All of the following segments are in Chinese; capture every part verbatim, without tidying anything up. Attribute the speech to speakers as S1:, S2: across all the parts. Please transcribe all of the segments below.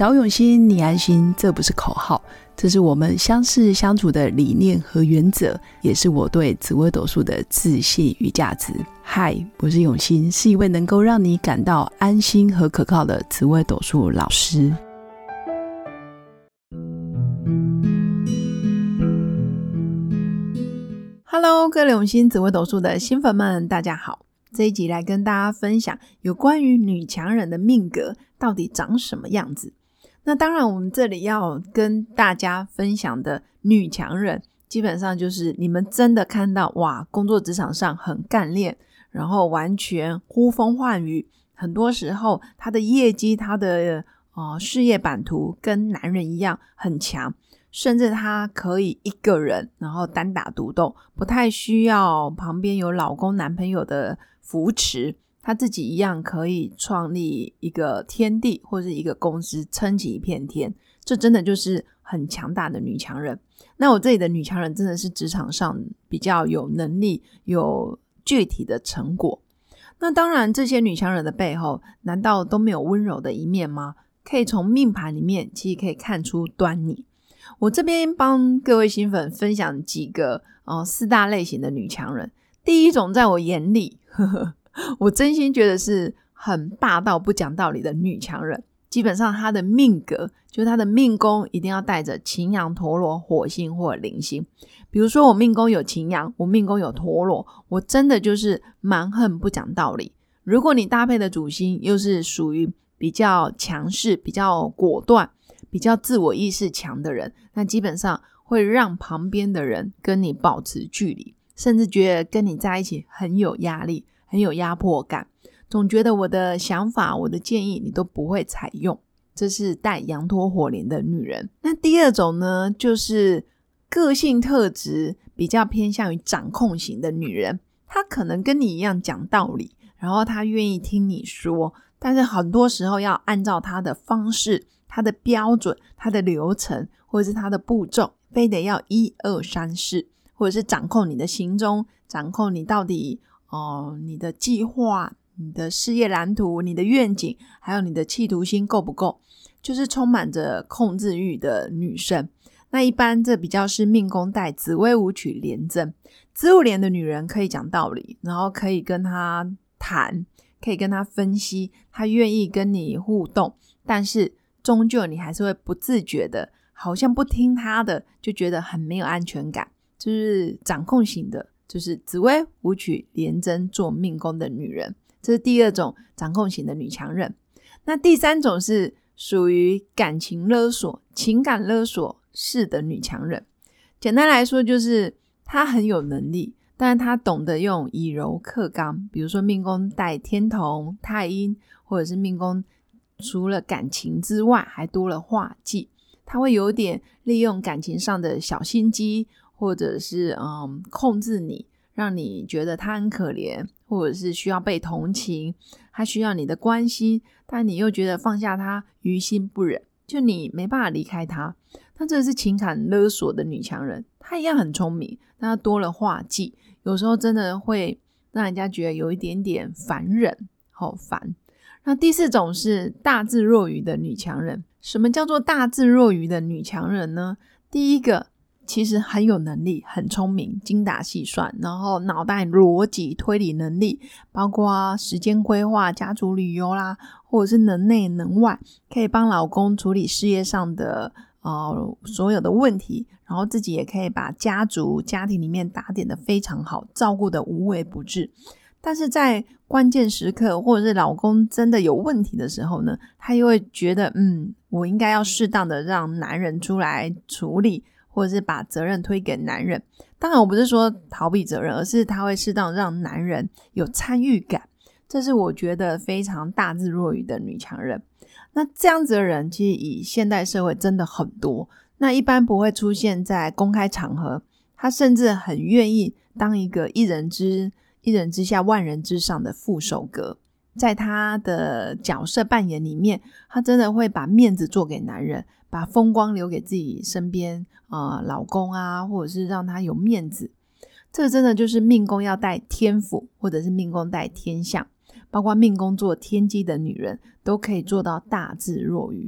S1: 找永新，你安心，这不是口号，这是我们相识相处的理念和原则，也是我对紫微斗数的自信与价值。嗨，我是永新，是一位能够让你感到安心和可靠的紫微斗数老师。Hello， 各位永新紫微斗数的新粉们，大家好。这一集来跟大家分享有关于女强人的命格到底长什么样子。那当然我们这里要跟大家分享的女强人，基本上就是你们真的看到哇，工作职场上很干练，然后完全呼风唤雨，很多时候她的业绩她的、呃、事业版图跟男人一样很强，甚至她可以一个人然后单打独斗，不太需要旁边有老公男朋友的扶持，她自己一样可以创立一个天地或是一个公司，撑起一片天。这真的就是很强大的女强人。那我这里的女强人真的是职场上比较有能力有具体的成果。那当然这些女强人的背后难道都没有温柔的一面吗？可以从命盘里面其实可以看出端倪。我这边帮各位新粉分享几个、呃、四大类型的女强人。第一种在我眼里呵呵我真心觉得是很霸道不讲道理的女强人，基本上她的命格就是她的命宫一定要带着擎羊、陀罗、火星或铃星。比如说我命宫有擎羊，我命宫有陀罗，我真的就是蛮横不讲道理。如果你搭配的主星又是属于比较强势、比较果断、比较自我意识强的人，那基本上会让旁边的人跟你保持距离，甚至觉得跟你在一起很有压力，很有压迫感，总觉得我的想法我的建议你都不会采用。这是带羊陀火铃的女人。那第二种呢，就是个性特质比较偏向于掌控型的女人。她可能跟你一样讲道理，然后她愿意听你说，但是很多时候要按照她的方式、她的标准、她的流程或者是她的步骤，非得要一二三四，或者是掌控你的行踪，掌控你到底哦，你的计划、你的事业蓝图、你的愿景，还有你的企图心够不够，就是充满着控制欲的女生。那一般这比较是命宫带紫微武曲廉贞。子午连的女人可以讲道理，然后可以跟她谈，可以跟她分析，她愿意跟你互动，但是终究你还是会不自觉的好像不听她的，就觉得很没有安全感。就是掌控型的，就是紫微武曲廉贞做命宫的女人，这是第二种掌控型的女强人。那第三种是属于感情勒索、情感勒索式的女强人。简单来说就是她很有能力，但是她懂得用以柔克刚。比如说命宫带天同、太阴，或者是命宫除了感情之外还多了化忌，她会有点利用感情上的小心机，或者是嗯控制你，让你觉得他很可怜，或者是需要被同情，他需要你的关心，但你又觉得放下他于心不忍，就你没办法离开他。那这是情感勒索的女强人，她一样很聪明，但她多了化忌，有时候真的会让人家觉得有一点点烦人，好烦。那第四种是大智若愚的女强人。什么叫做大智若愚的女强人呢？第一个其实很有能力，很聪明，精打细算，然后脑袋逻辑推理能力，包括时间规划、家族旅游啦，或者是能内能外，可以帮老公处理事业上的呃所有的问题，然后自己也可以把家族家庭里面打点得非常好，照顾得无微不至。但是在关键时刻或者是老公真的有问题的时候呢，她又会觉得嗯，我应该要适当的让男人出来处理，或者是把责任推给男人。当然我不是说逃避责任，而是他会适当让男人有参与感，这是我觉得非常大智若愚的女强人。那这样子的人其实以现代社会真的很多，那一般不会出现在公开场合，他甚至很愿意当一个一人之一人之下万人之上的副手格。在他的角色扮演里面，他真的会把面子做给男人，把风光留给自己身边呃老公啊，或者是让他有面子。这个真的就是命宫要带天府，或者是命宫带天相，包括命宫做天机的女人都可以做到大智若愚。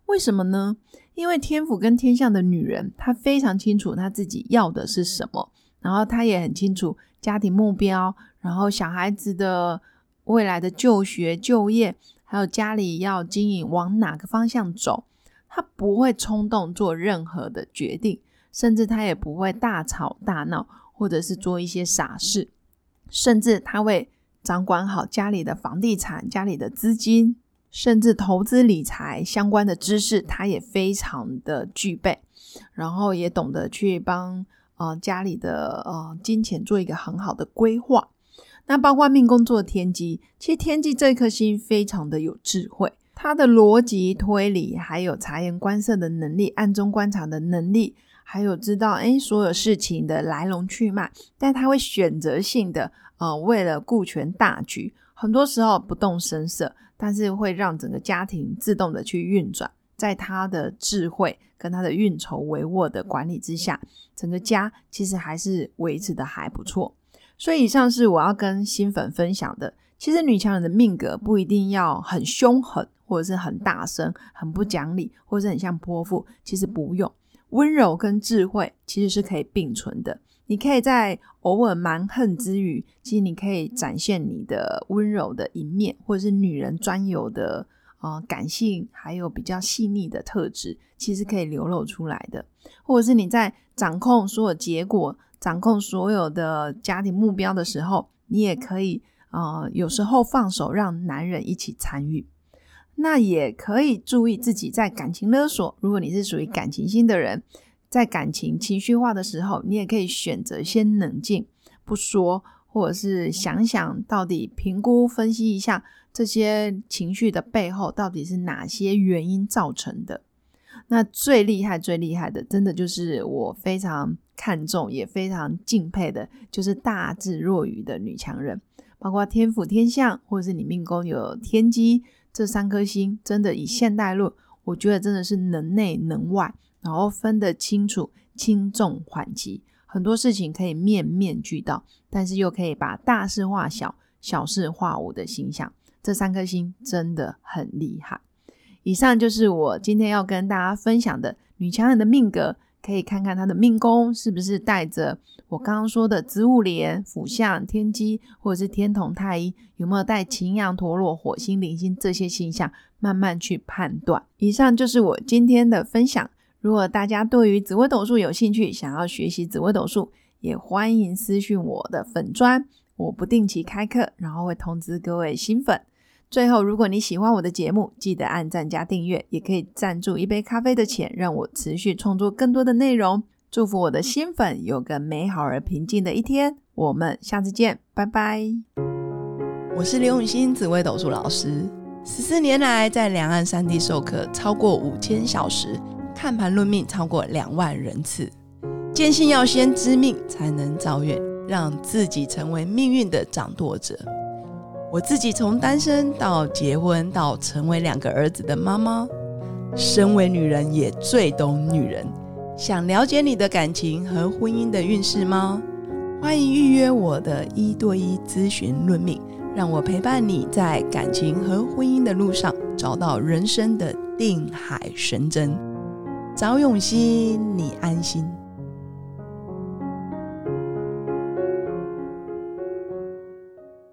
S1: 为什么呢？因为天府跟天相的女人，她非常清楚她自己要的是什么，然后她也很清楚家庭目标，然后小孩子的未来的就学就业，还有家里要经营往哪个方向走，她不会冲动做任何的决定，甚至她也不会大吵大闹，或者是做一些傻事，甚至她会掌管好家里的房地产，家里的资金，甚至投资理财相关的知识他也非常的具备，然后也懂得去帮、呃、家里的、呃、金钱做一个很好的规划。那包括命宫做天机，其实天机这颗星非常的有智慧，他的逻辑推理，还有察言观色的能力，暗中观察的能力，还有知道诶所有事情的来龙去脉，但他会选择性的呃，为了顾全大局，很多时候不动声色，但是会让整个家庭自动的去运转，在他的智慧跟他的运筹帷幄的管理之下，整个家其实还是维持的还不错。所以以上是我要跟新粉分享的，其实女强人的命格不一定要很凶狠，或者是很大声，很不讲理，或者是很像泼妇，其实不用，温柔跟智慧其实是可以并存的。你可以在偶尔蛮横之余，其实你可以展现你的温柔的一面，或者是女人专有的、呃、感性还有比较细腻的特质，其实可以流露出来的。或者是你在掌控所有结果，掌控所有的家庭目标的时候，你也可以呃，有时候放手让男人一起参与。那也可以注意自己在感情勒索，如果你是属于感情型的人，在感情情绪化的时候，你也可以选择先冷静不说，或者是想想到底评估分析一下这些情绪的背后到底是哪些原因造成的。那最厉害最厉害的，真的就是我非常看重也非常敬佩的，就是大智若愚的女强人，包括天府天相，或者是你命宫有天机，这三颗星真的以现代论，我觉得真的是能内能外，然后分得清楚轻重缓急，很多事情可以面面俱到，但是又可以把大事化小，小事化无的形象，这三颗星真的很厉害。以上就是我今天要跟大家分享的女强人的命格，可以看看她的命宫是不是带着我刚刚说的子午连、辅相、天机，或者是天同太阴，有没有带擎羊、陀罗、火星、铃星这些星象，慢慢去判断。以上就是我今天的分享。如果大家对于紫微斗数有兴趣，想要学习紫微斗数，也欢迎私讯我的粉专，我不定期开课，然后会通知各位新粉。最后，如果你喜欢我的节目，记得按赞加订阅，也可以赞助一杯咖啡的钱，让我持续创作更多的内容。祝福我的新粉有个美好而平静的一天，我们下次见，拜拜。
S2: 我是刘永新紫微斗数老师，十四年来在两岸三地授课超过五千小时，看盘论命超过两万人次，坚信要先知命才能造运，让自己成为命运的掌舵者。我自己从单身到结婚到成为两个儿子的妈妈，身为女人也最懂女人。想了解你的感情和婚姻的运势吗？欢迎预约我的一对一咨询论命，让我陪伴你在感情和婚姻的路上找到人生的定海神针。找永熙，你安心。